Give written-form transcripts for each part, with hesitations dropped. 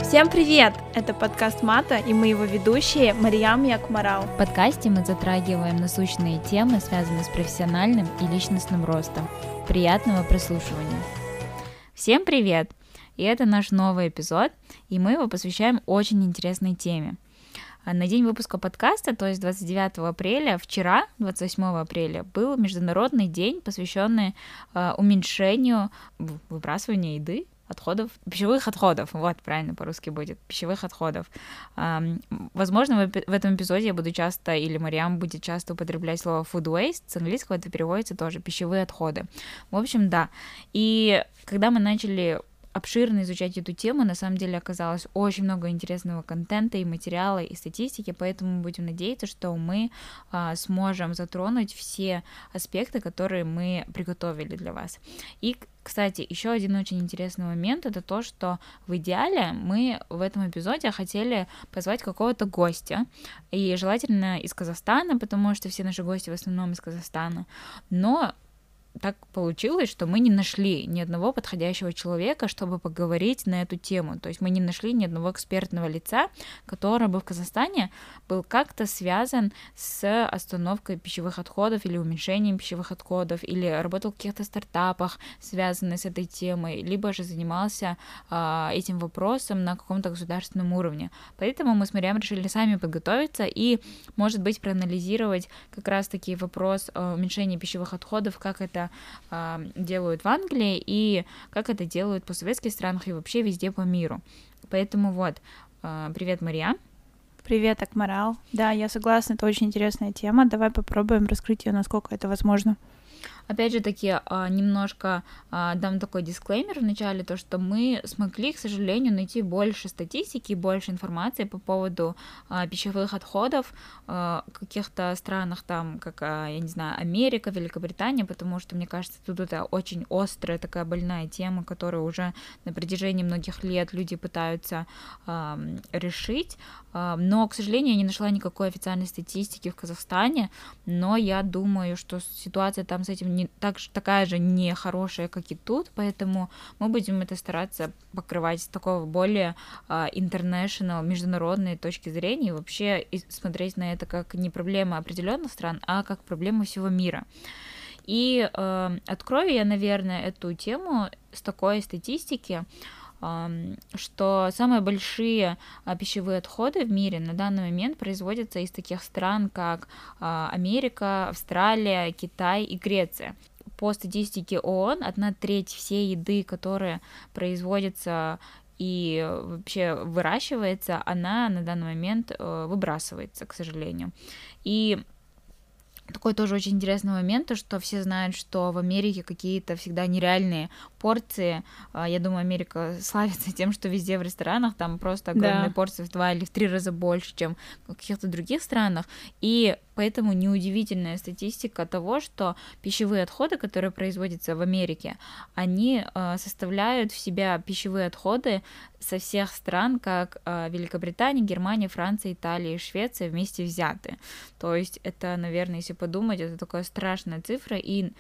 Всем привет! Это подкаст Мата, и мы его ведущие Мариам и Акмарал. В подкасте мы затрагиваем насущные темы, связанные с профессиональным и личностным ростом. Приятного прослушивания! Всем привет! И это наш новый эпизод, и мы его посвящаем очень интересной теме. На день выпуска подкаста, то есть 29 апреля, вчера, 28 апреля, был Международный день, посвященный уменьшению выбрасывания еды, пищевых отходов, вот, правильно по-русски будет, пищевых отходов. Возможно, в этом эпизоде я буду часто, или Мариам будет часто употреблять слово food waste, с английского это переводится тоже пищевые отходы. В общем, да. И когда мы начали обширно изучать эту тему, на самом деле оказалось очень много интересного контента и материала, и статистики, поэтому мы будем надеяться, что мы сможем затронуть все аспекты, которые мы приготовили для вас. И, кстати, еще один очень интересный момент — это то, что в идеале мы в этом эпизоде хотели позвать какого-то гостя, и желательно из Казахстана, потому что все наши гости в основном из Казахстана, но так получилось, что мы не нашли ни одного подходящего человека, чтобы поговорить на эту тему. То есть мы не нашли ни одного экспертного лица, который бы в Казахстане был как-то связан с остановкой пищевых отходов или уменьшением пищевых отходов, или работал в каких-то стартапах, связанных с этой темой, либо же занимался этим вопросом на каком-то государственном уровне. Поэтому мы с Мариам решили сами подготовиться и, может быть, проанализировать как раз-таки вопрос уменьшения пищевых отходов, как это делают в Англии и как это делают в постсоветских странах и вообще везде по миру. Поэтому вот, привет, Мария. Привет, Акмарал. Да, я согласна, это очень интересная тема. Давай попробуем раскрыть ее, насколько это возможно. Опять же таки, немножко дам такой дисклеймер в начале, то, что мы смогли, к сожалению, найти больше статистики, больше информации по поводу пищевых отходов в каких-то странах, там, как, я не знаю, Америка, Великобритания, потому что, мне кажется, тут это очень острая такая больная тема, которую уже на протяжении многих лет люди пытаются решить, но, к сожалению, я не нашла никакой официальной статистики в Казахстане, но я думаю, что ситуация там с этим такая же нехорошая, как и тут, поэтому мы будем это стараться покрывать с такого более international, международной точки зрения и вообще смотреть на это как не проблема определенных стран, а как проблему всего мира. И открою я, наверное, эту тему с такой статистики, что самые большие пищевые отходы в мире на данный момент производятся из таких стран, как Америка, Австралия, Китай и Греция. По статистике ООН, 1/3 всей еды, которая производится и вообще выращивается, она на данный момент выбрасывается, к сожалению. И такой тоже очень интересный момент, то, что все знают, что в Америке какие-то всегда нереальные порции. Я думаю, Америка славится тем, что везде в ресторанах там просто огромные порции в 2 или в 3 раза больше, чем в каких-то других странах. И поэтому неудивительная статистика того, что пищевые отходы, которые производятся в Америке, они составляют в себя пищевые отходы со всех стран, как Великобритания, Германия, Франция, Италия и Швеция вместе взяты. То есть это, наверное, если подумать, это такая страшная цифра, и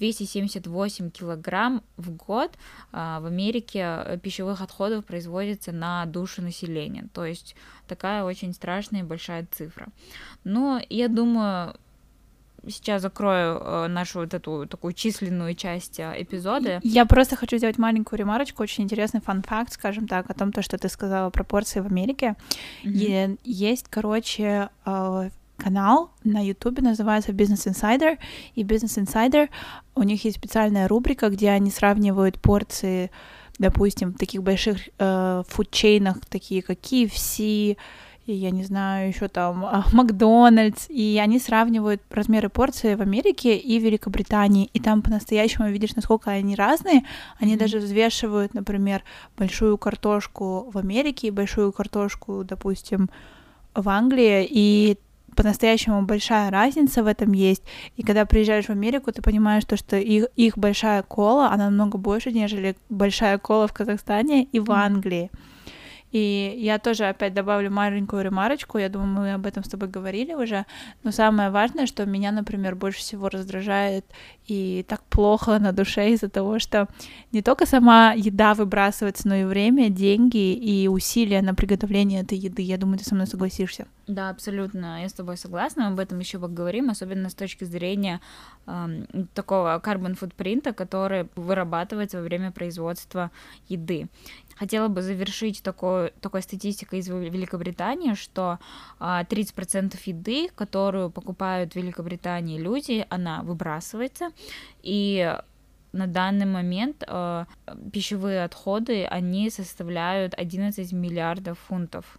278 килограмм в год в Америке пищевых отходов производится на душу населения. То есть такая очень страшная и большая цифра. Но я думаю, сейчас закрою нашу вот эту такую численную часть эпизода. Я просто хочу сделать маленькую ремарочку, очень интересный фан-факт, скажем так, о том, что ты сказала про порции в Америке. Есть, короче, канал на YouTube, называется Business Insider, и Business Insider, у них есть специальная рубрика, где они сравнивают порции, допустим, в таких больших фудчейнах, такие как KFC, и, я не знаю, еще там Макдональдс, и они сравнивают размеры порции в Америке и в Великобритании, и там по-настоящему видишь, насколько они разные. Они даже взвешивают, например, большую картошку в Америке и большую картошку, допустим, в Англии, и по-настоящему большая разница в этом есть. И когда приезжаешь в Америку, ты понимаешь, что их большая кола, она намного больше, нежели большая кола в Казахстане и в Англии. И я тоже опять добавлю маленькую ремарочку, я думаю, мы об этом с тобой говорили уже, но самое важное, что меня, например, больше всего раздражает и так плохо на душе из-за того, что не только сама еда выбрасывается, но и время, деньги и усилия на приготовление этой еды. Я думаю, ты со мной согласишься. Да, абсолютно, я с тобой согласна, мы об этом еще поговорим, особенно с точки зрения такого carbon footprint, который вырабатывается во время производства еды. Хотела бы завершить такой статистикой из Великобритании, что 30% еды, которую покупают в Великобритании люди, она выбрасывается, и на данный момент пищевые отходы, они составляют 11 миллиардов фунтов.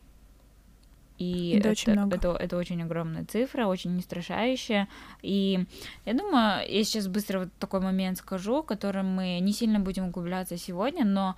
И это очень огромная цифра, очень устрашающая. И я думаю, я сейчас быстро вот такой момент скажу, которым мы не сильно будем углубляться сегодня, но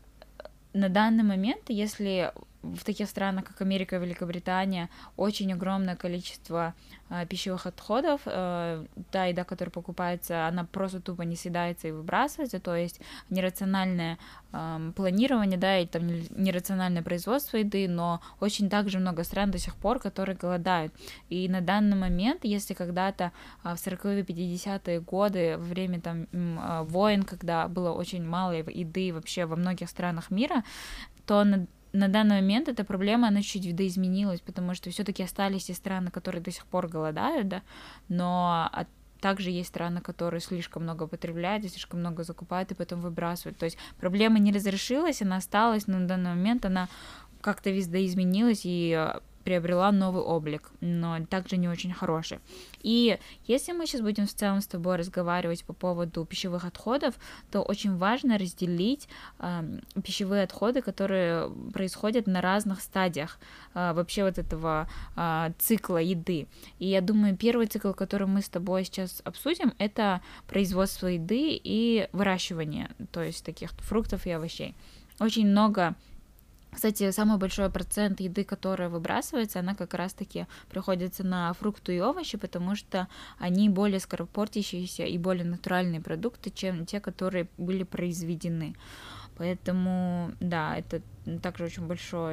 на данный момент, если в таких странах, как Америка и Великобритания, очень огромное количество пищевых отходов, та еда, которая покупается, она просто тупо не съедается и выбрасывается, то есть нерациональное планирование, да, и там нерациональное производство еды, но очень также много стран до сих пор, которые голодают. И на данный момент, если когда-то в 40-е, 50-е годы, во время там войн, когда было очень мало еды вообще во многих странах мира, то на данный момент эта проблема, она чуть видоизменилась, потому что все-таки остались и страны, которые до сих пор голодают, да, но также есть страны, которые слишком много потребляют, и слишком много закупают и потом выбрасывают. То есть проблема не разрешилась, она осталась, но на данный момент она как-то видоизменилась и приобрела новый облик, но также не очень хороший. И если мы сейчас будем в целом с тобой разговаривать по поводу пищевых отходов, то очень важно разделить пищевые отходы, которые происходят на разных стадиях вообще вот этого цикла еды. И я думаю, первый цикл, который мы с тобой сейчас обсудим, это производство еды и выращивание, то есть таких фруктов и овощей. Очень много. Кстати, самый большой процент еды, которая выбрасывается, она как раз-таки приходится на фрукты и овощи, потому что они более скоропортящиеся и более натуральные продукты, чем те, которые были произведены. Поэтому, да, это также очень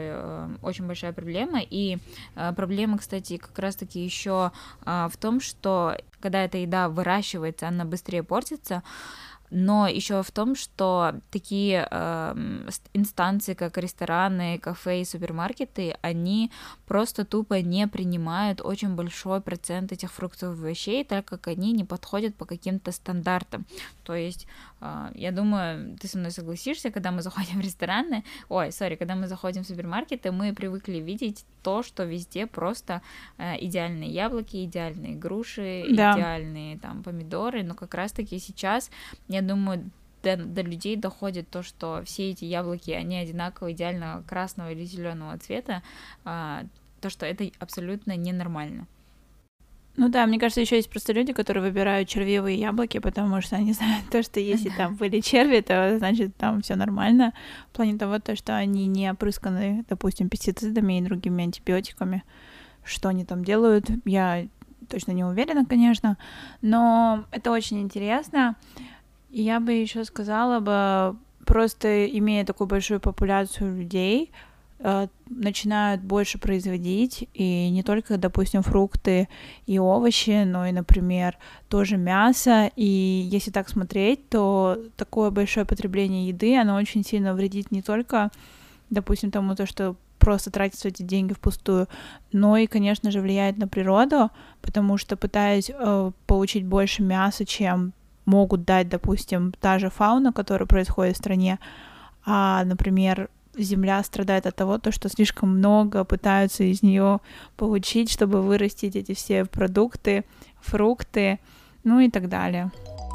большая проблема. И проблема, кстати, как раз-таки еще в том, что когда эта еда выращивается, она быстрее портится. Но еще в том, что такие инстанции, как рестораны, кафе и супермаркеты, они просто тупо не принимают очень большой процент этих фруктов и овощей, так как они не подходят по каким-то стандартам. То есть, я думаю, ты со мной согласишься, когда мы заходим в рестораны, когда мы заходим в супермаркеты, мы привыкли видеть то, что везде просто идеальные яблоки, идеальные груши, да, идеальные там помидоры, но как раз-таки сейчас, я думаю, до людей доходит то, что все эти яблоки, они одинаково идеально красного или зеленого цвета, то, что это абсолютно ненормально. Ну да, мне кажется, еще есть просто люди, которые выбирают червивые яблоки, потому что они знают то, что если там были черви, то значит там все нормально. В плане того, что они не опрысканы, допустим, пестицидами и другими антибиотиками. Что они там делают, я точно не уверена, конечно, но это очень интересно. И я бы еще сказала бы, просто имея такую большую популяцию людей, начинают больше производить, и не только, допустим, фрукты и овощи, но и, например, тоже мясо, и если так смотреть, то такое большое потребление еды, оно очень сильно вредит не только, допустим, тому, что просто тратятся эти деньги впустую, но и, конечно же, влияет на природу, потому что пытаясь получить больше мяса, чем могут дать, допустим, та же фауна, которая происходит в стране, например, земля страдает от того, что слишком много пытаются из нее получить, чтобы вырастить эти все продукты, фрукты, ну и так далее.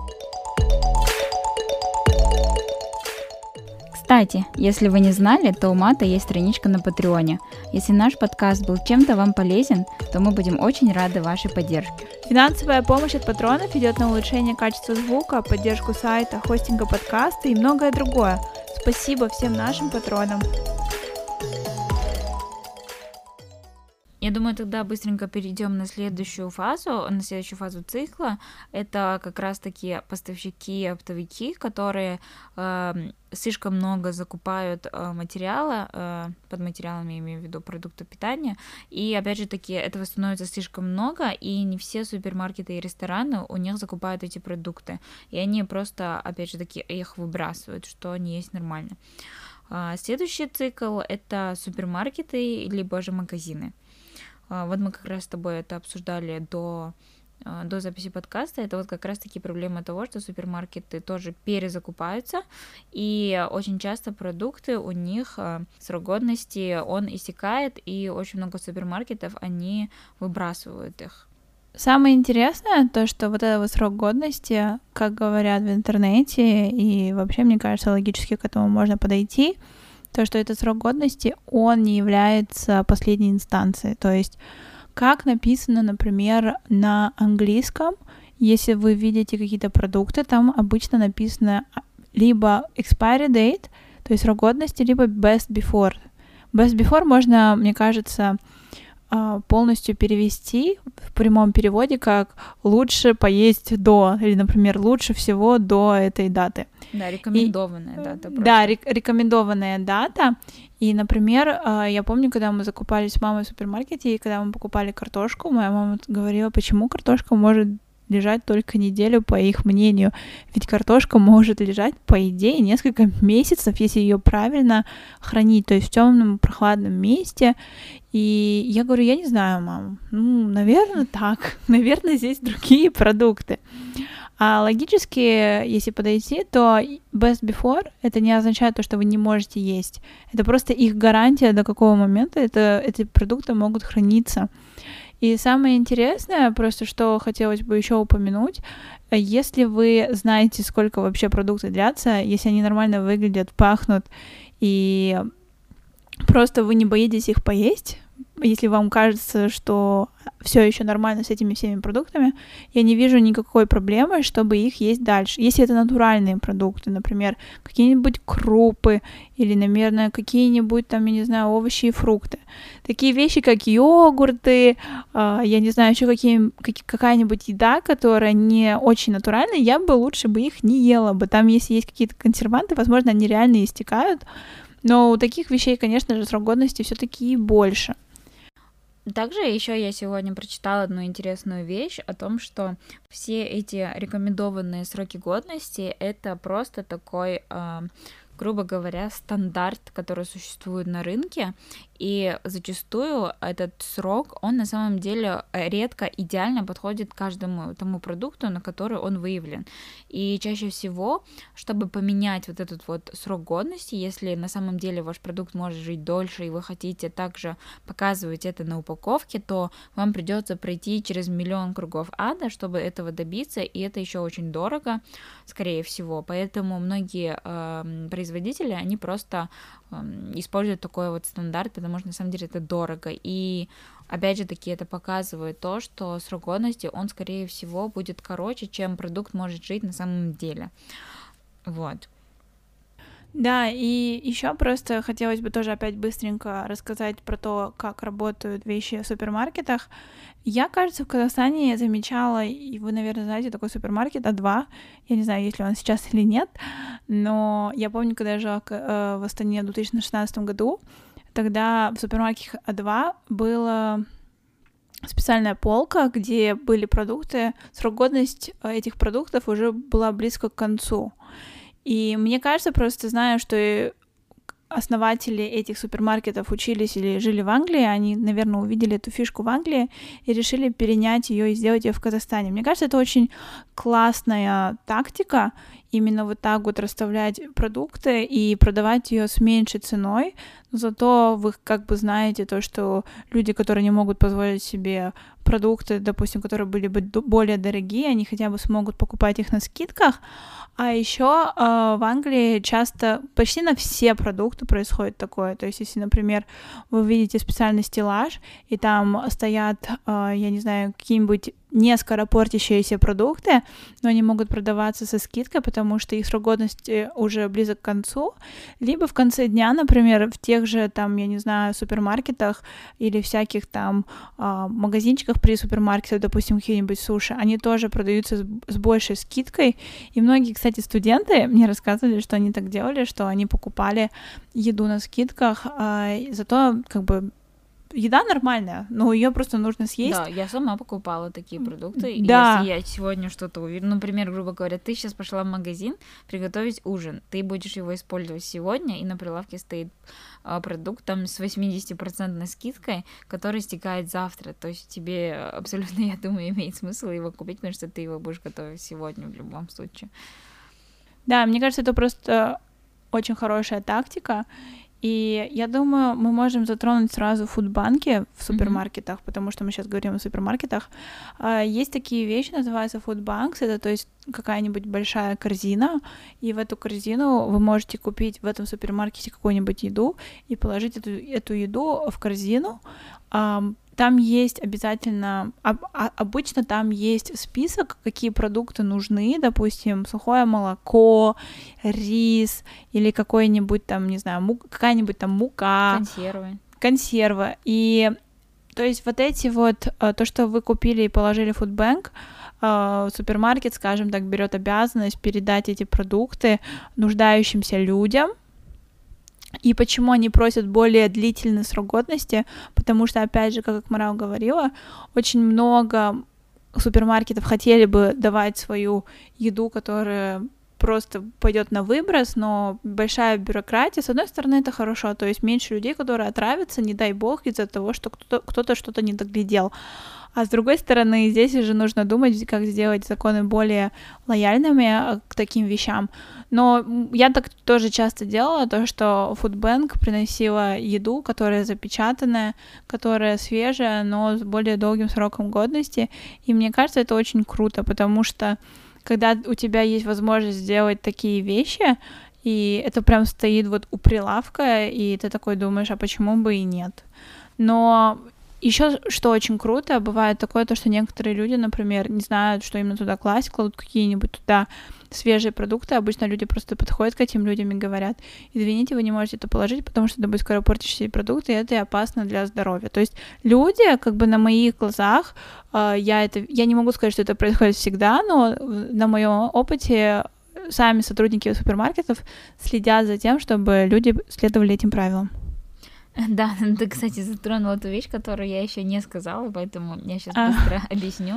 Кстати, если вы не знали, то у Мата есть страничка на Патреоне. Если наш подкаст был чем-то вам полезен, то мы будем очень рады вашей поддержке. Финансовая помощь от патронов идет на улучшение качества звука, поддержку сайта, хостинга подкаста и многое другое. Спасибо всем нашим патронам. Я думаю, тогда быстренько перейдем на следующую фазу цикла. Это как раз-таки поставщики, оптовики, которые слишком много закупают материала, под материалами я имею в виду продукты питания, и опять же таки этого становится слишком много, и не все супермаркеты и рестораны у них закупают эти продукты, и они просто, опять же таки, их выбрасывают, что не есть нормально. Следующий цикл — это супермаркеты либо же магазины. Вот мы как раз с тобой это обсуждали до записи подкаста. Это вот как раз-таки проблема того, что супермаркеты тоже перезакупаются, и очень часто продукты у них срок годности, он истекает, и очень много супермаркетов, они выбрасывают их. Самое интересное то, что вот этот вот срок годности, как говорят в интернете, и вообще, мне кажется, логически к этому можно подойти, то, что этот срок годности, он не является последней инстанцией. То есть, как написано, например, на английском, если вы видите какие-то продукты, там обычно написано либо expiry date, то есть срок годности, либо best before. Best before можно, мне кажется, полностью перевести в прямом переводе как «лучше поесть до», или, например, «лучше всего до этой даты». Да, рекомендованная дата. Просто. Да, рекомендованная дата. И, например, я помню, когда мы закупались с мамой в супермаркете, и когда мы покупали картошку, моя мама говорила, почему картошка может лежать только неделю, по их мнению. Ведь картошка может лежать, по идее, несколько месяцев, если ее правильно хранить, то есть в темном прохладном месте. И я говорю, я не знаю, мам, наверное, так. Наверное, здесь другие продукты. А логически, если подойти, то best before это не означает то, что вы не можете есть. Это просто их гарантия, до какого момента эти продукты могут храниться. И самое интересное, просто что хотелось бы еще упомянуть, если вы знаете, сколько вообще продукты длятся, если они нормально выглядят, пахнут, и просто вы не боитесь их поесть, если вам кажется, что все еще нормально с этими всеми продуктами, я не вижу никакой проблемы, чтобы их есть дальше. Если это натуральные продукты, например, какие-нибудь крупы или, наверное, какие-нибудь там, я не знаю, овощи и фрукты. Такие вещи, как йогурты, я не знаю, еще какая-нибудь еда, которая не очень натуральная, я бы лучше бы их не ела бы. Там, если есть какие-то консерванты, возможно, они реально истекают, но у таких вещей, конечно же, срок годности все-таки больше. Также еще я сегодня прочитала одну интересную вещь о том, что все эти рекомендованные сроки годности — это просто такой, грубо говоря, стандарт, который существует на рынке, и зачастую этот срок, он на самом деле редко идеально подходит каждому тому продукту, на который он выявлен. И чаще всего, чтобы поменять вот этот вот срок годности, если на самом деле ваш продукт может жить дольше, и вы хотите также показывать это на упаковке, то вам придется пройти через миллион кругов ада, чтобы этого добиться, и это еще очень дорого, скорее всего. Поэтому многие производители, они просто используют такой вот стандарт, потому что на самом деле это дорого. И опять же таки это показывает то, что срок годности, он скорее всего будет короче, чем продукт может жить на самом деле. Вот. Да, и еще просто хотелось бы тоже опять быстренько рассказать про то, как работают вещи в супермаркетах. Я, кажется, в Казахстане замечала, и вы, наверное, знаете, такой супермаркет А2. Я не знаю, есть ли он сейчас или нет, но я помню, когда я жила в Астане в 2016 году, тогда в супермаркете А2 была специальная полка, где были продукты, срок годности этих продуктов уже была близко к концу. И мне кажется, просто знаю, что основатели этих супермаркетов учились или жили в Англии, они, наверное, увидели эту фишку в Англии и решили перенять ее и сделать ее в Казахстане. Мне кажется, это очень классная тактика, именно вот так вот расставлять продукты и продавать ее с меньшей ценой, но зато вы как бы знаете то, что люди, которые не могут позволить себе продукты, допустим, которые были бы более дорогие, они хотя бы смогут покупать их на скидках. А еще в Англии часто почти на все продукты происходит такое. То есть, если, например, вы видите специальный стеллаж, и там стоят, я не знаю, какие-нибудь не скоропортящиеся продукты, но они могут продаваться со скидкой, потому что их срок годности уже близок к концу, либо в конце дня, например, в тех же, там, я не знаю, супермаркетах или всяких там магазинчиках при супермаркетах, допустим, какие-нибудь суши, они тоже продаются с большей скидкой, и многие, кстати, студенты мне рассказывали, что они так делали, что они покупали еду на скидках, зато как бы еда нормальная, но ее просто нужно съесть. Да, я сама покупала такие продукты. Да. Если я сегодня что-то увижу, например, грубо говоря, ты сейчас пошла в магазин приготовить ужин, ты будешь его использовать сегодня, и на прилавке стоит продукт там с 80% скидкой, который стекает завтра. То есть тебе абсолютно, я думаю, имеет смысл его купить, потому что ты его будешь готовить сегодня в любом случае. Да, мне кажется, это просто очень хорошая тактика. И я думаю, мы можем затронуть сразу фудбанки в супермаркетах, потому что мы сейчас говорим о супермаркетах. Есть такие вещи, называются фудбанкс, это то есть какая-нибудь большая корзина, и в эту корзину вы можете купить в этом супермаркете какую-нибудь еду и положить эту еду в корзину. Там есть обязательно, обычно там есть список, какие продукты нужны, допустим, сухое молоко, рис или какой-нибудь там, не знаю, какая-нибудь там мука. Консервы. И то есть вот эти вот, то, что вы купили и положили в фудбанк, супермаркет, скажем так, берет обязанность передать эти продукты нуждающимся людям. И почему они просят более длительный срок годности? Потому что, опять же, как Акмарал говорила, очень много супермаркетов хотели бы давать свою еду, которая просто пойдет на выброс, но большая бюрократия. С одной стороны, это хорошо, то есть меньше людей, которые отравятся, не дай бог, из-за того, что кто-то что-то не доглядел. А с другой стороны, здесь уже нужно думать, как сделать законы более лояльными к таким вещам. Но я так тоже часто делала, то, что фудбанк приносила еду, которая запечатанная, которая свежая, но с более долгим сроком годности. И мне кажется, это очень круто, потому что когда у тебя есть возможность сделать такие вещи, и это прям стоит вот у прилавка, и ты такой думаешь, а почему бы и нет? Но еще что очень круто, бывает такое, то, что некоторые люди, например, не знают, что именно туда класть, кладут какие-нибудь туда свежие продукты. Обычно люди просто подходят к этим людям и говорят: извините, вы не можете это положить, потому что это будет скоро портящиеся продукты, и это опасно для здоровья. То есть люди, как бы на моих глазах, я не могу сказать, что это происходит всегда, но на моем опыте сами сотрудники супермаркетов следят за тем, чтобы люди следовали этим правилам. Да, ты, кстати, затронула ту вещь, которую я еще не сказала, поэтому я сейчас быстро объясню.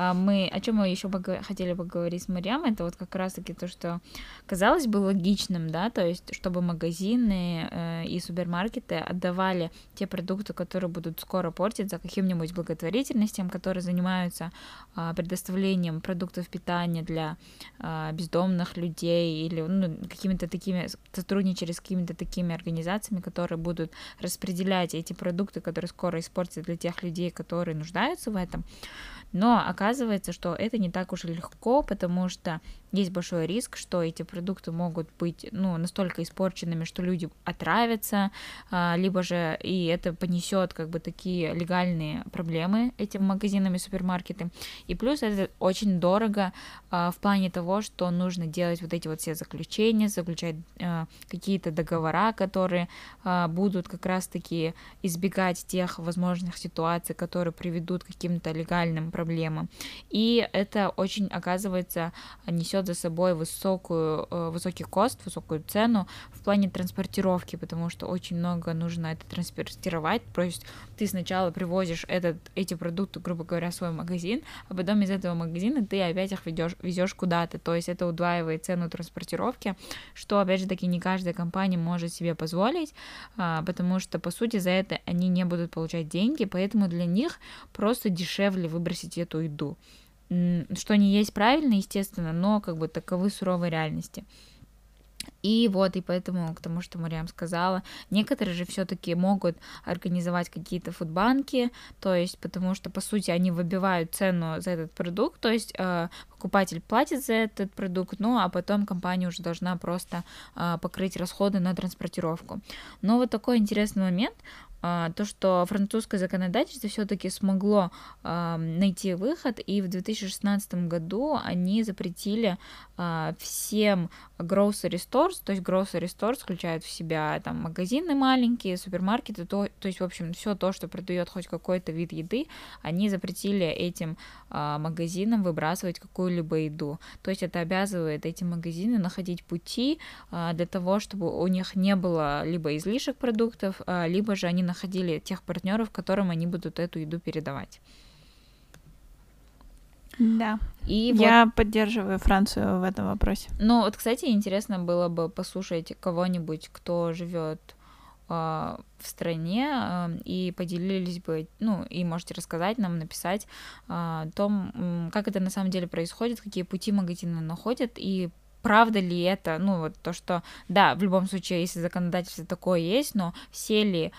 О чем мы еще хотели поговорить с Мариам, это вот как раз-таки то, что казалось бы логичным, да, то есть чтобы магазины и супермаркеты отдавали те продукты, которые будут скоро портиться, каким-нибудь благотворительностям, которые занимаются предоставлением продуктов питания для бездомных людей или какими-то такими, сотрудничали с какими-то такими организациями, которые будут распределять эти продукты, которые скоро испортятся для тех людей, которые нуждаются в этом. Но оказывается, что это не так уж и легко, потому что есть большой риск, что эти продукты могут быть настолько испорченными, что люди отравятся, либо же и это понесет как бы такие легальные проблемы этим магазинам и супермаркетам. И плюс это очень дорого в плане того, что нужно делать вот эти вот все заключения, заключать какие-то договора, которые будут как раз-таки избегать тех возможных ситуаций, которые приведут к каким-то легальным проблемам. И это очень, оказывается, несет за собой высокий кост, высокую цену в плане транспортировки, потому что очень много нужно это транспортировать. То есть ты сначала привозишь эти продукты, грубо говоря, в свой магазин, а потом из этого магазина ты опять их везешь куда-то. То есть это удваивает цену транспортировки, что, опять же таки, не каждая компания может себе позволить, потому что, по сути, за это они не будут получать деньги, поэтому для них просто дешевле выбросить эту еду. Что не есть правильно, естественно, но как бы таковы суровые реальности. И поэтому, к тому, что Мариам сказала, некоторые же все-таки могут организовать какие-то фудбанки, то есть потому что, по сути, они выбивают цену за этот продукт, то есть покупатель платит за этот продукт, а потом компания уже должна просто покрыть расходы на транспортировку. Но вот такой интересный момент. то, что французское законодательство все-таки смогло найти выход, и в 2016 году они запретили всем grocery stores, то есть grocery stores включают в себя там магазины маленькие, супермаркеты, то есть, в общем, все то, что продает хоть какой-то вид еды, они запретили этим магазинам выбрасывать какую-либо еду. То есть это обязывает эти магазины находить пути для того, чтобы у них не было либо излишек продуктов, либо же они находили тех партнеров, которым они будут эту еду передавать. Да, и я поддерживаю Францию в этом вопросе. Ну, вот, кстати, интересно было бы послушать кого-нибудь, кто живет в стране, и поделились бы, ну, и можете рассказать нам, написать о том, как это на самом деле происходит, какие пути магазины находят, и правда ли это, ну, вот то, что, да, в любом случае, если законодательство такое есть, но все ли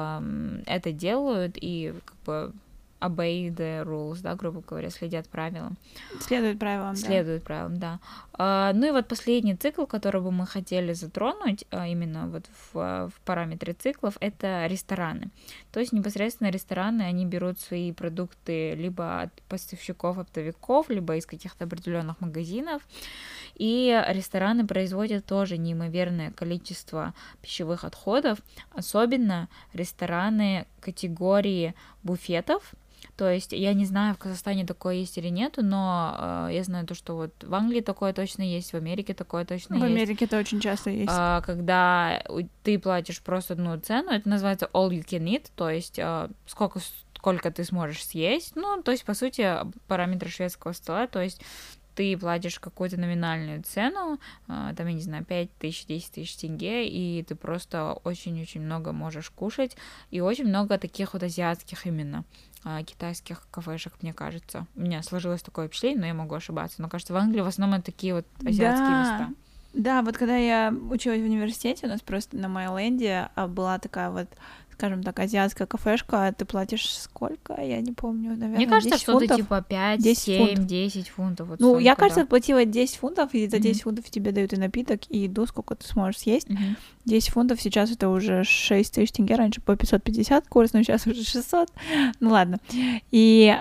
это делают и как бы obey the rules, да, грубо говоря, следят правилам. Следуют правилам, Следуют правилам, да. Ну и вот последний цикл, который бы мы хотели затронуть, именно вот в параметре циклов, это рестораны. То есть непосредственно рестораны, они берут свои продукты либо от поставщиков, оптовиков, либо из каких-то определенных магазинов, и рестораны производят тоже неимоверное количество пищевых отходов, особенно рестораны категории буфетов. То есть я не знаю, в Казахстане такое есть или нету, но я знаю то, что вот в Англии такое точно есть, в Америке такое точно есть. В Америке это очень часто есть. Когда ты платишь просто одну цену, это называется all you can eat, то есть сколько ты сможешь съесть. Ну, то есть, по сути, параметр шведского стола, то есть ты платишь какую-то номинальную цену, там, я не знаю, 5 тысяч, 10 тысяч тенге, и ты просто очень-очень много можешь кушать, и очень много таких вот азиатских именно китайских кафешек, мне кажется. У меня сложилось такое впечатление, но я могу ошибаться. Но, кажется, в Англии в основном это такие вот азиатские места. Да, вот когда я училась в университете, у нас просто на Майленде была такая вот, скажем так, азиатская кафешка, ты платишь сколько? Я не помню, наверное, мне кажется, 10 фунтов. Что-то типа 5, 7, 10 фунтов. Вот ну, я, кажется, платила 10 фунтов, и за 10 фунтов тебе дают и напиток, и еду, сколько ты сможешь съесть. 10 фунтов сейчас это уже 6 тысяч тенге, раньше по 550 курс, но сейчас уже 600. Ну ладно. И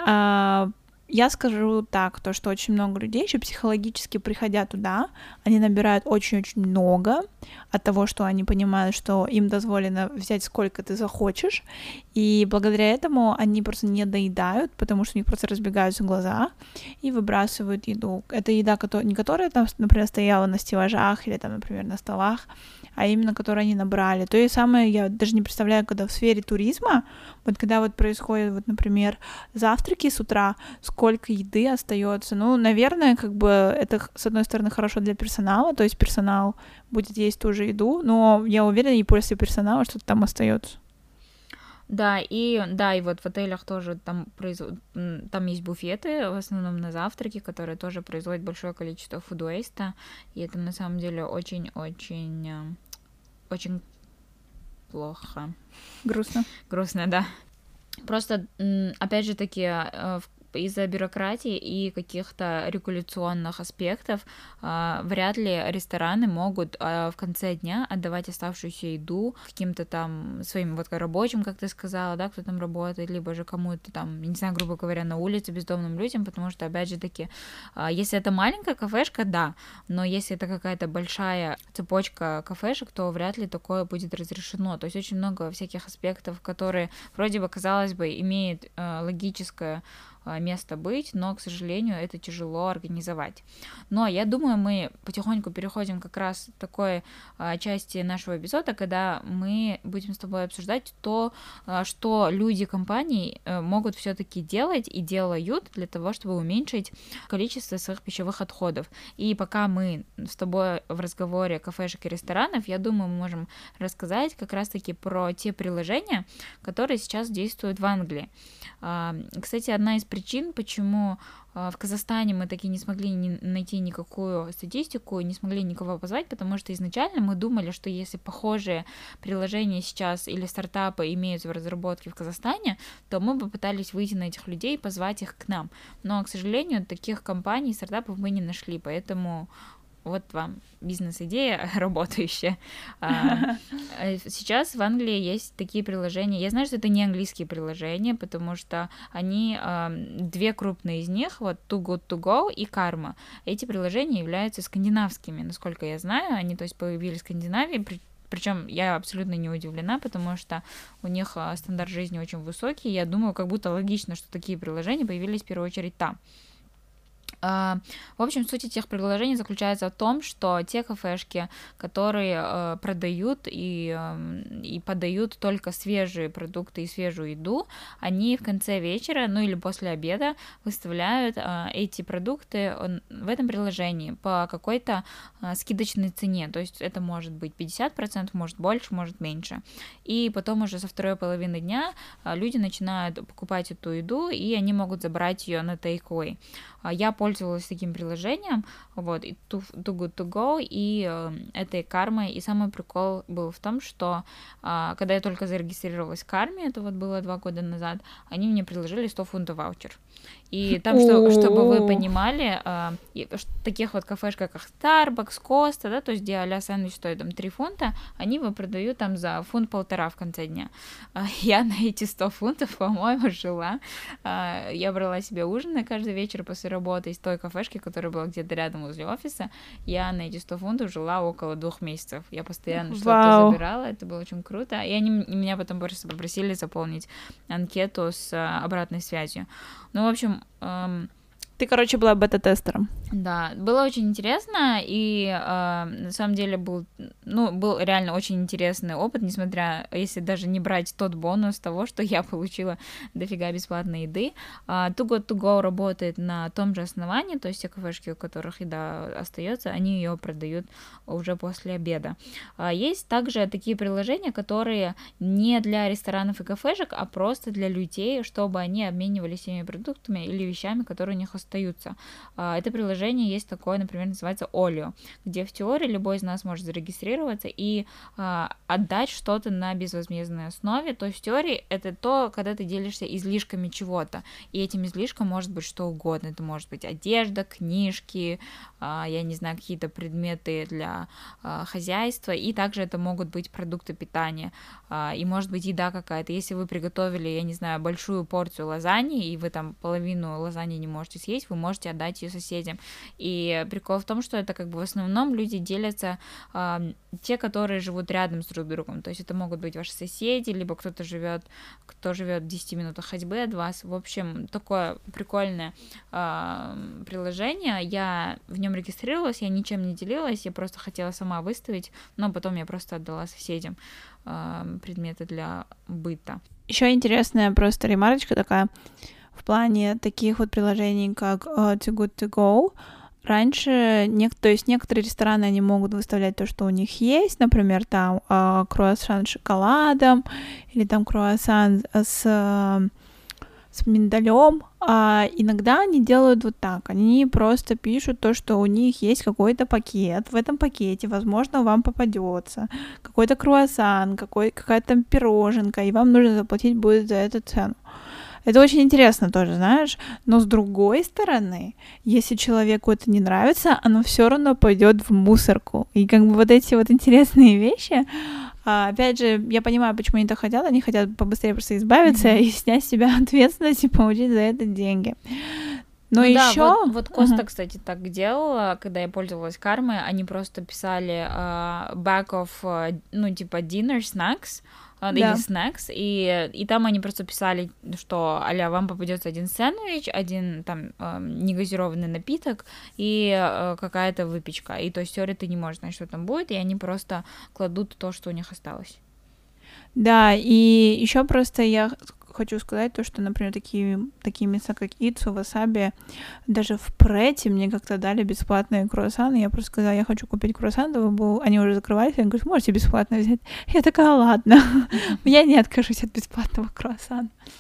я скажу так, то, что очень много людей еще психологически, приходя туда, они набирают очень-очень много от того, что они понимают, что им дозволено взять сколько ты захочешь, и благодаря этому они просто не доедают, потому что у них просто разбегаются глаза и выбрасывают еду. Это еда, не которая там, например, стояла на стеллажах или там, например, на столах, а именно которую они набрали. То есть самое, я даже не представляю, когда в сфере туризма, вот когда вот происходит, вот, например, завтраки с утра, сколько еды остается. Ну, наверное, как бы это, с одной стороны, хорошо для персонала, то есть персонал будет есть ту же еду, но я уверена, и после персонала что-то там остается. Да, и вот в отелях тоже там есть буфеты, в основном на завтраки, которые тоже производят большое количество food waste, и это на самом деле очень-очень очень плохо. Грустно. Грустно, да. Просто, опять же таки, из-за бюрократии и каких-то регуляционных аспектов вряд ли рестораны могут в конце дня отдавать оставшуюся еду каким-то там своим вот рабочим, как ты сказала, да, кто там работает, либо же кому-то там, не знаю, грубо говоря, на улице бездомным людям, потому что, опять же таки, если это маленькая кафешка, да, но если это какая-то большая цепочка кафешек, то вряд ли такое будет разрешено. То есть очень много всяких аспектов, которые вроде бы, казалось бы, имеют логическое место быть, но, к сожалению, это тяжело организовать. Но я думаю, мы потихоньку переходим как раз к такой части нашего эпизода, когда мы будем с тобой обсуждать то, что люди компаний могут все-таки делать и делают для того, чтобы уменьшить количество своих пищевых отходов. И пока мы с тобой в разговоре кафешек и ресторанов, я думаю, мы можем рассказать как раз-таки про те приложения, которые сейчас действуют в Англии. Кстати, одна из причин, почему в Казахстане мы таки не смогли найти никакую статистику, не смогли никого позвать, потому что изначально мы думали, что если похожие приложения сейчас или стартапы имеются в разработке в Казахстане, то мы бы пытались выйти на этих людей и позвать их к нам. Но, к сожалению, таких компаний, стартапов мы не нашли, поэтому вот вам бизнес-идея работающая. Сейчас в Англии есть такие приложения. Я знаю, что это не английские приложения, потому что они, две крупные из них, вот Too Good To Go и Karma. Эти приложения являются скандинавскими, насколько я знаю. Они, то есть, появились в Скандинавии, причем я абсолютно не удивлена, потому что у них стандарт жизни очень высокий. Я думаю, как будто логично, что такие приложения появились в первую очередь там. В общем, суть этих приложений заключается в том, что те кафешки, которые продают и подают только свежие продукты и свежую еду, они в конце вечера, ну или после обеда выставляют эти продукты в этом приложении по какой-то скидочной цене. То есть это может быть 50%, может больше, может меньше. И потом уже со второй половины дня люди начинают покупать эту еду, и они могут забрать ее на take-away. Я пользовалась таким приложением, вот, и Too Good To Go, и этой Кармой, и самый прикол был в том, что когда я только зарегистрировалась в Карме, это вот было 2 года назад, они мне предложили 100 фунтов ваучер. И там, чтобы вы понимали, в таких вот кафешках, как Starbucks, Costa, да, то есть где а-ля сэндвич стоит там 3 фунта, они его продают там за 1-1.5 в конце дня. Я на эти 100 фунтов, по-моему, жила. Я брала себе ужин каждый вечер после работы из той кафешки, которая была где-то рядом возле офиса. Я на эти 100 фунтов жила около 2 месяцев. Я постоянно что-то забирала, это было очень круто. И они меня потом просто попросили заполнить анкету с обратной связью. Ну, в общем... Ты, короче, была бета-тестером. Да, было очень интересно, и на самом деле был реально очень интересный опыт, несмотря, если даже не брать тот бонус того, что я получила дофига бесплатной еды. Too Good To Go работает на том же основании, то есть те кафешки, у которых еда остается, они ее продают уже после обеда. Есть также такие приложения, которые не для ресторанов и кафешек, а просто для людей, чтобы они обменивались теми продуктами или вещами, которые у них остаются. Это приложение есть такое, например, называется Olio, где в теории любой из нас может зарегистрироваться и отдать что-то на безвозмездной основе. То есть в теории это то, когда ты делишься излишками чего-то, и этим излишком может быть что угодно. Это может быть одежда, книжки, я не знаю, какие-то предметы для хозяйства, и также это могут быть продукты питания, и может быть еда какая-то. Если вы приготовили, я не знаю, большую порцию лазаньи, и вы там половину лазаньи не можете съесть, вы можете отдать ее соседям. И прикол в том, что это как бы в основном люди делятся, те, которые живут рядом с друг другом. То есть это могут быть ваши соседи, либо кто живет в 10 минутах ходьбы от вас. В общем, такое прикольное приложение. Я в нем регистрировалась, я ничем не делилась, я просто хотела сама выставить, но потом я просто отдала соседям предметы для быта. Еще интересная просто ремарочка такая. В плане таких вот приложений, как Too Good To Go, раньше, то есть некоторые рестораны, они могут выставлять то, что у них есть, например, там круассан с шоколадом, или там круассан с миндалем, а иногда они делают вот так, они просто пишут то, что у них есть какой-то пакет, в этом пакете, возможно, вам попадется какой-то круассан, какая-то там пироженка, и вам нужно заплатить будет за эту цену. Это очень интересно тоже, знаешь, но с другой стороны, если человеку это не нравится, оно все равно пойдет в мусорку. И как бы вот эти вот интересные вещи, опять же, я понимаю, почему они так хотят, они хотят побыстрее просто избавиться и снять с себя ответственность и получить за это деньги. Но еще вот Коста, кстати, так делала, когда я пользовалась Кармой, они просто писали back of, типа dinner snacks, или снэкс, и там они просто писали, что а-ля вам попадется один сэндвич, один там негазированный напиток и какая-то выпечка. И то есть в теории ты не можешь знать, что там будет, и они просто кладут то, что у них осталось. Да, и еще просто я хочу сказать то, что, например, такие места, как Ицу, Васаби, даже в Прете мне как-то дали бесплатные круассаны. Я просто сказала, я хочу купить круассан, они уже закрывались, они говорят, можете бесплатно взять. Я такая, ладно, я не откажусь от бесплатного круассана.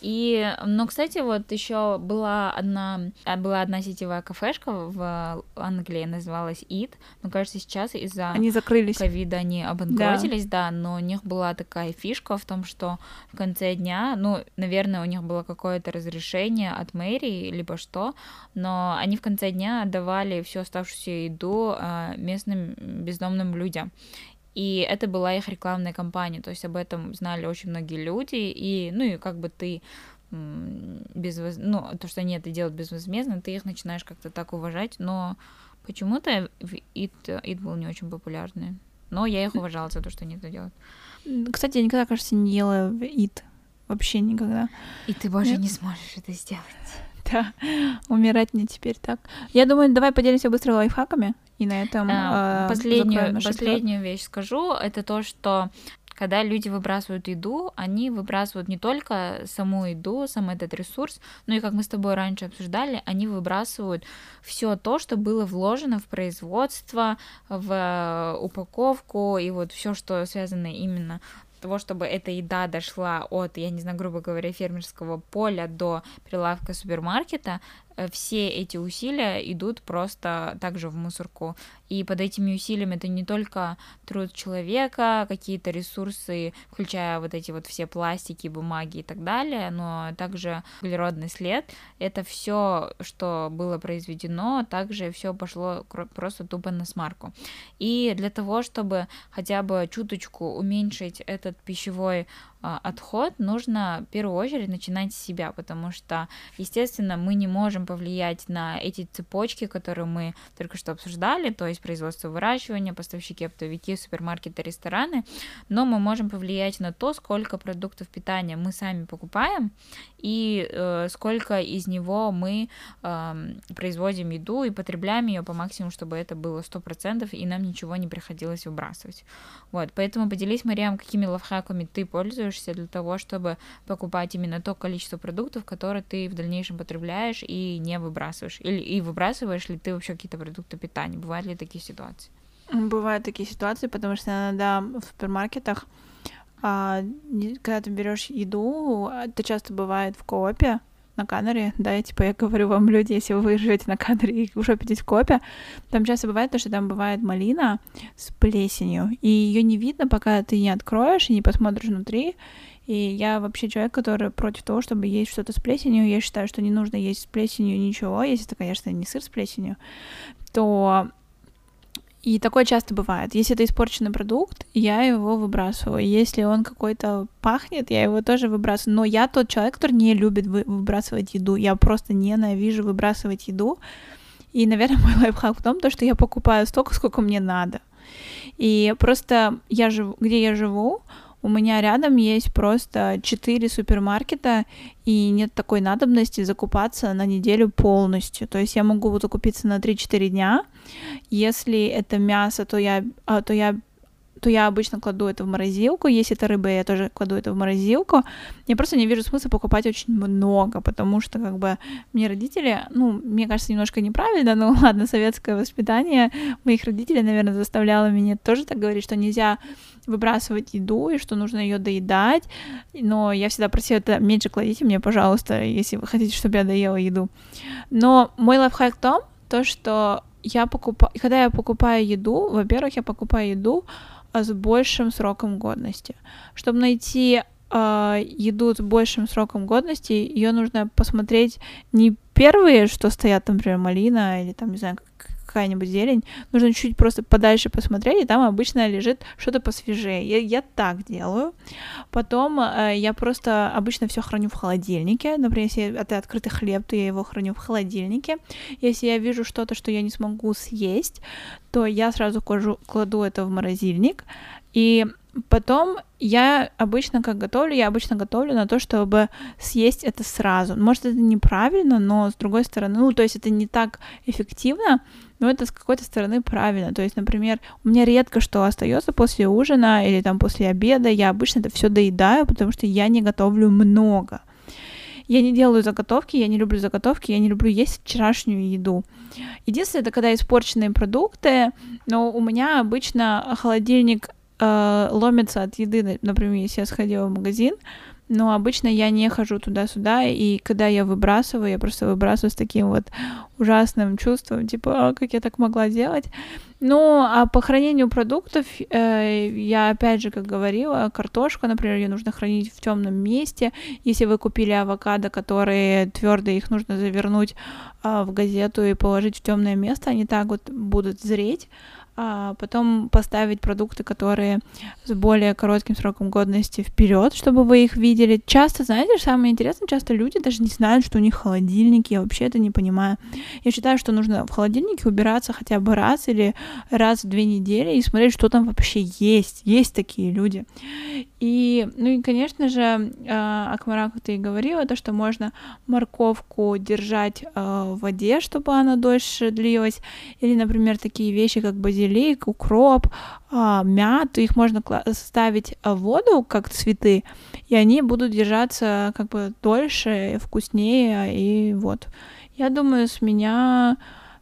Но, кстати, вот еще была одна сетевая кафешка в Англии, называлась Eat. Но, кажется, сейчас из-за Они закрылись. ковида они обанкротились, да, но у них была такая фишка в том, что в конце дня, наверное, у них было какое-то разрешение от мэрии, либо что, но они в конце дня отдавали всю оставшуюся еду местным бездомным людям. И это была их рекламная кампания, то есть об этом знали очень многие люди, и как бы ты то, что они это делают безвозмездно, ты их начинаешь как-то так уважать, но почему-то Eat был не очень популярный, но я их уважала за то, что они это делают. Кстати, я никогда, кажется, не ела Eat, вообще никогда. И ты больше не сможешь это сделать. Да, умирать мне теперь так. Я думаю, давай поделимся быстро лайфхаками, и на этом последнюю вещь скажу, это то, что когда люди выбрасывают еду, они выбрасывают не только саму еду, сам этот ресурс, но и, как мы с тобой раньше обсуждали, они выбрасывают все то, что было вложено в производство, в упаковку и вот все, что связано именно того, чтобы эта еда дошла от, я не знаю, грубо говоря, фермерского поля до прилавка супермаркета, все эти усилия идут просто также в мусорку. И под этими усилиями это не только труд человека, какие-то ресурсы, включая вот эти вот все пластики, бумаги и так далее, но также углеродный след. Это все, что было произведено, также все пошло просто тупо на смарку. И для того, чтобы хотя бы чуточку уменьшить этот пищевой отход, нужно в первую очередь начинать с себя, потому что, естественно, мы не можем повлиять на эти цепочки, которые мы только что обсуждали, то есть производство, выращивания, поставщики, оптовики, супермаркеты, рестораны, но мы можем повлиять на то, сколько продуктов питания мы сами покупаем и сколько из него мы производим еду и потребляем ее по максимуму, чтобы это было 100% и нам ничего не приходилось выбрасывать. Вот, поэтому поделись, Мариам, какими лайфхаками ты пользуешься для того, чтобы покупать именно то количество продуктов, которые ты в дальнейшем потребляешь и не выбрасываешь. И выбрасываешь ли ты вообще какие-то продукты питания? Бывают ли такие ситуации? Бывают такие ситуации, потому что иногда в супермаркетах, когда ты берешь еду, это часто бывает в коопе, на Канаре, да, я говорю вам, люди, если вы живете на Канаре и уже пить в коопе, там часто бывает то, что там бывает малина с плесенью, и ее не видно, пока ты не откроешь и не посмотришь внутри. И я вообще человек, который против того, чтобы есть что-то с плесенью. Я считаю, что не нужно есть с плесенью ничего, если это, конечно, не сыр с плесенью, то... И такое часто бывает. Если это испорченный продукт, я его выбрасываю. Если он какой-то пахнет, я его тоже выбрасываю. Но я тот человек, который не любит выбрасывать еду. Я просто ненавижу выбрасывать еду. И, наверное, мой лайфхак в том, что я покупаю столько, сколько мне надо. И просто где я живу, у меня рядом есть просто 4 супермаркета, и нет такой надобности закупаться на неделю полностью. То есть я могу закупиться на 3-4 дня. Если это мясо, то я обычно кладу это в морозилку. Если это рыба, я тоже кладу это в морозилку. Я просто не вижу смысла покупать очень много, потому что как бы мне родители, мне кажется, немножко неправильно, но ладно, советское воспитание моих родителей, наверное, заставляло меня тоже так говорить, что нельзя выбрасывать еду и что нужно ее доедать. Но я всегда просила, это меньше кладите мне, пожалуйста, если вы хотите, чтобы я доела еду. Но мой лайфхак в том, что когда я покупаю еду, во-первых, я покупаю еду с большим сроком годности. Чтобы найти еду с большим сроком годности, ее нужно посмотреть не первые, что стоят, там, например, малина или там, не знаю, какая-нибудь зелень, нужно чуть просто подальше посмотреть, и там обычно лежит что-то посвежее. Я так делаю. Потом я просто обычно все храню в холодильнике. Например, если это открытый хлеб, то я его храню в холодильнике. Если я вижу что-то, что я не смогу съесть, то я сразу кладу это в морозильник. И потом я обычно готовлю на то, чтобы съесть это сразу. Может, это неправильно, но с другой стороны, то есть это не так эффективно, но это с какой-то стороны правильно. То есть, например, у меня редко что остается после ужина или там после обеда. Я обычно это все доедаю, потому что я не готовлю много. Я не делаю заготовки, я не люблю заготовки, я не люблю есть вчерашнюю еду. Единственное, это когда испорченные продукты, но у меня обычно холодильник ломится от еды. Например, если я сходила в магазин, но обычно я не хожу туда-сюда, и когда я выбрасываю, я просто выбрасываю с таким вот ужасным чувством, типа, как я так могла делать. Ну, а по хранению продуктов, я опять же, как говорила, картошку, например, ее нужно хранить в темном месте. Если вы купили авокадо, которые твердые, их нужно завернуть в газету и положить в темное место, они так вот будут зреть. А потом поставить продукты, которые с более коротким сроком годности вперед, чтобы вы их видели. Часто, знаете, самое интересное, часто люди даже не знают, что у них холодильники, я вообще это не понимаю. Я считаю, что нужно в холодильнике убираться хотя бы раз или раз в 2 недели и смотреть, что там вообще есть. Есть такие люди. И, ну и, конечно же, Акмара, как ты и говорила, то, что можно морковку держать в воде, чтобы она дольше длилась, или, например, такие вещи, как базилик, укроп, мяту, их можно ставить в воду, как цветы, и они будут держаться как бы дольше, вкуснее, и вот. Я думаю, с меня...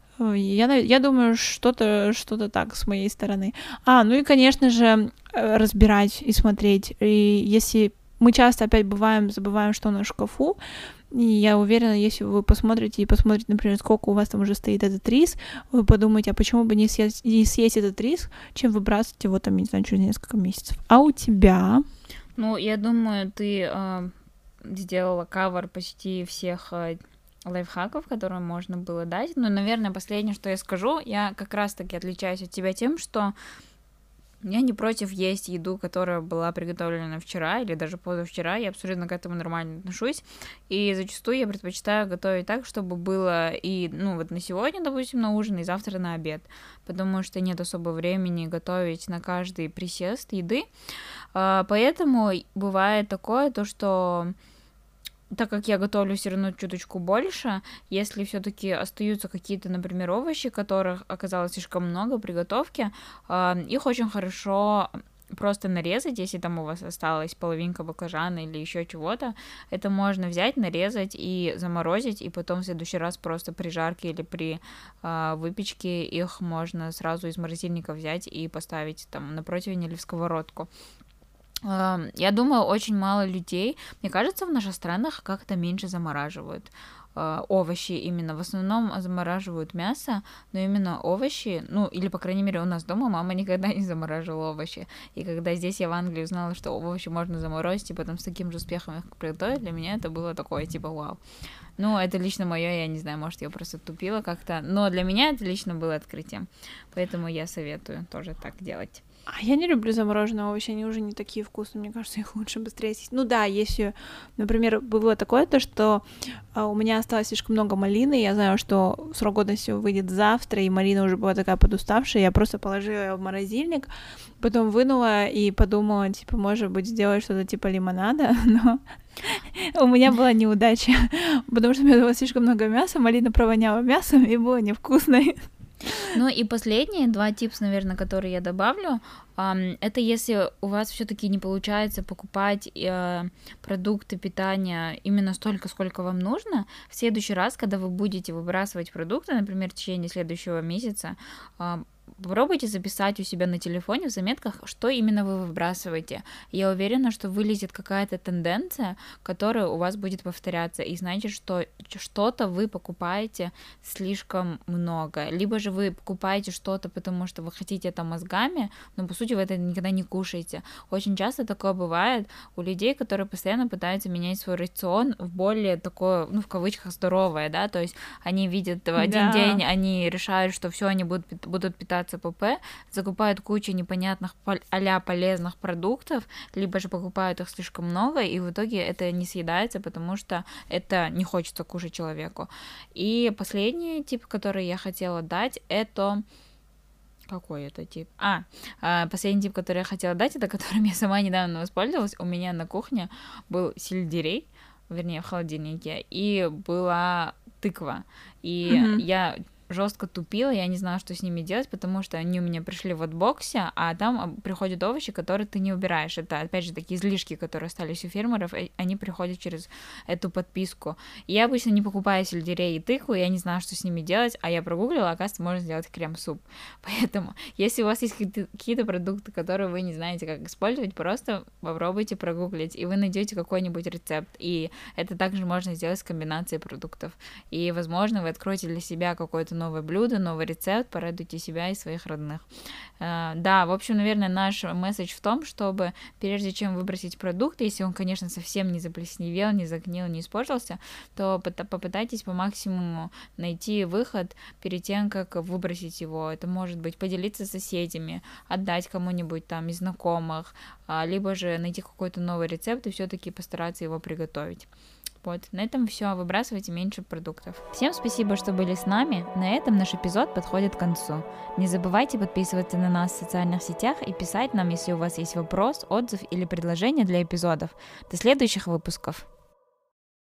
Я думаю, что-то так с моей стороны. Ну и, конечно же, разбирать и смотреть. И если мы часто опять забываем, что у нас в шкафу, и я уверена, если вы посмотрите, например, сколько у вас там уже стоит этот рис, вы подумаете, а почему бы не съесть этот рис, чем выбрасывать его там, не знаю, через несколько месяцев. А у тебя? Ну, я думаю, ты сделала кавер почти всех лайфхаков, которые можно было дать. Но, наверное, последнее, что я скажу, я как раз-таки отличаюсь от тебя тем, что я не против есть еду, которая была приготовлена вчера или даже позавчера, я абсолютно к этому нормально отношусь, и зачастую я предпочитаю готовить так, чтобы было и, ну, вот на сегодня, допустим, на ужин, и завтра на обед, потому что нет особо времени готовить на каждый присест еды, поэтому бывает такое, то, что... Так как я готовлю все равно чуточку больше, если все-таки остаются какие-то, например, овощи, которых оказалось слишком много при готовке, их очень хорошо просто нарезать, если там у вас осталась половинка баклажана или еще чего-то, это можно взять, нарезать и заморозить, и потом в следующий раз просто при жарке или при выпечке их можно сразу из морозильника взять и поставить там на противень или в сковородку. Я думаю, очень мало людей, мне кажется, в наших странах как-то меньше замораживают овощи именно. В основном замораживают мясо, но именно овощи, ну, или, по крайней мере, у нас дома мама никогда не замораживала овощи. И когда здесь я в Англии узнала, что овощи можно заморозить, и потом с таким же успехом их приготовить, для меня это было такое, типа, вау. Ну, это лично мое, я не знаю, может, я просто тупила как-то, но для меня это лично было открытием. Поэтому я советую тоже так делать. Я не люблю замороженные овощи, они уже не такие вкусные, мне кажется, их лучше быстрее съесть. Ну да, если, например, было такое, то что у меня осталось слишком много малины, я знаю, что срок годности выйдет завтра, и малина уже была такая подуставшая, я просто положила ее в морозильник, потом вынула и подумала, типа, может быть, сделать что-то типа лимонада, но у меня была неудача, потому что у меня было слишком много мяса, малина провоняла мясом и была невкусной. Ну и последние 2 типса, наверное, которые я добавлю, это если у вас все-таки не получается покупать продукты питания именно столько, сколько вам нужно, в следующий раз, когда вы будете выбрасывать продукты, например, в течение следующего месяца, попробуйте записать у себя на телефоне в заметках, что именно вы выбрасываете. Я уверена, что вылезет какая-то тенденция, которая у вас будет повторяться, и значит, что что-то вы покупаете слишком много. Либо же вы покупаете что-то, потому что вы хотите это мозгами, но по сути вы это никогда не кушаете. Очень часто такое бывает у людей, которые постоянно пытаются менять свой рацион в более такое, ну, в кавычках, здоровое, да, то есть они видят в один день, они решают, что все, они будут питаться ПП, закупают кучу непонятных а-ля полезных продуктов, либо же покупают их слишком много, и в итоге это не съедается, потому что это не хочется кушать человеку. И последний тип, который я хотела дать, это... Какой это тип? Последний тип, который я хотела дать, это которым я сама недавно воспользовалась. У меня на кухне был сельдерей, вернее, в холодильнике, и была тыква. И я жестко тупила, я не знала, что с ними делать, потому что они у меня пришли в отбоксе, а там приходят овощи, которые ты не убираешь. Это, опять же, такие излишки, которые остались у фермеров, и они приходят через эту подписку. И я обычно не покупаю сельдерей и тыкву, я не знала, что с ними делать, а я прогуглила, оказывается, можно сделать крем-суп. Поэтому, если у вас есть какие-то продукты, которые вы не знаете, как использовать, просто попробуйте прогуглить, и вы найдете какой-нибудь рецепт. И это также можно сделать с комбинацией продуктов. И, возможно, вы откроете для себя какое-то новое блюдо, новый рецепт, порадуйте себя и своих родных. Да, в общем, наверное, наш месседж в том, чтобы прежде чем выбросить продукт, если он, конечно, совсем не заплесневел, не загнил, не испортился, то попытайтесь по максимуму найти выход перед тем, как выбросить его. Это может быть поделиться с соседями, отдать кому-нибудь там из знакомых, либо же найти какой-то новый рецепт и все-таки постараться его приготовить. Вот, на этом все, выбрасывайте меньше продуктов. Всем спасибо, что были с нами. На этом наш эпизод подходит к концу. Не забывайте подписываться на нас в социальных сетях и писать нам, если у вас есть вопрос, отзыв или предложение для эпизодов. До следующих выпусков.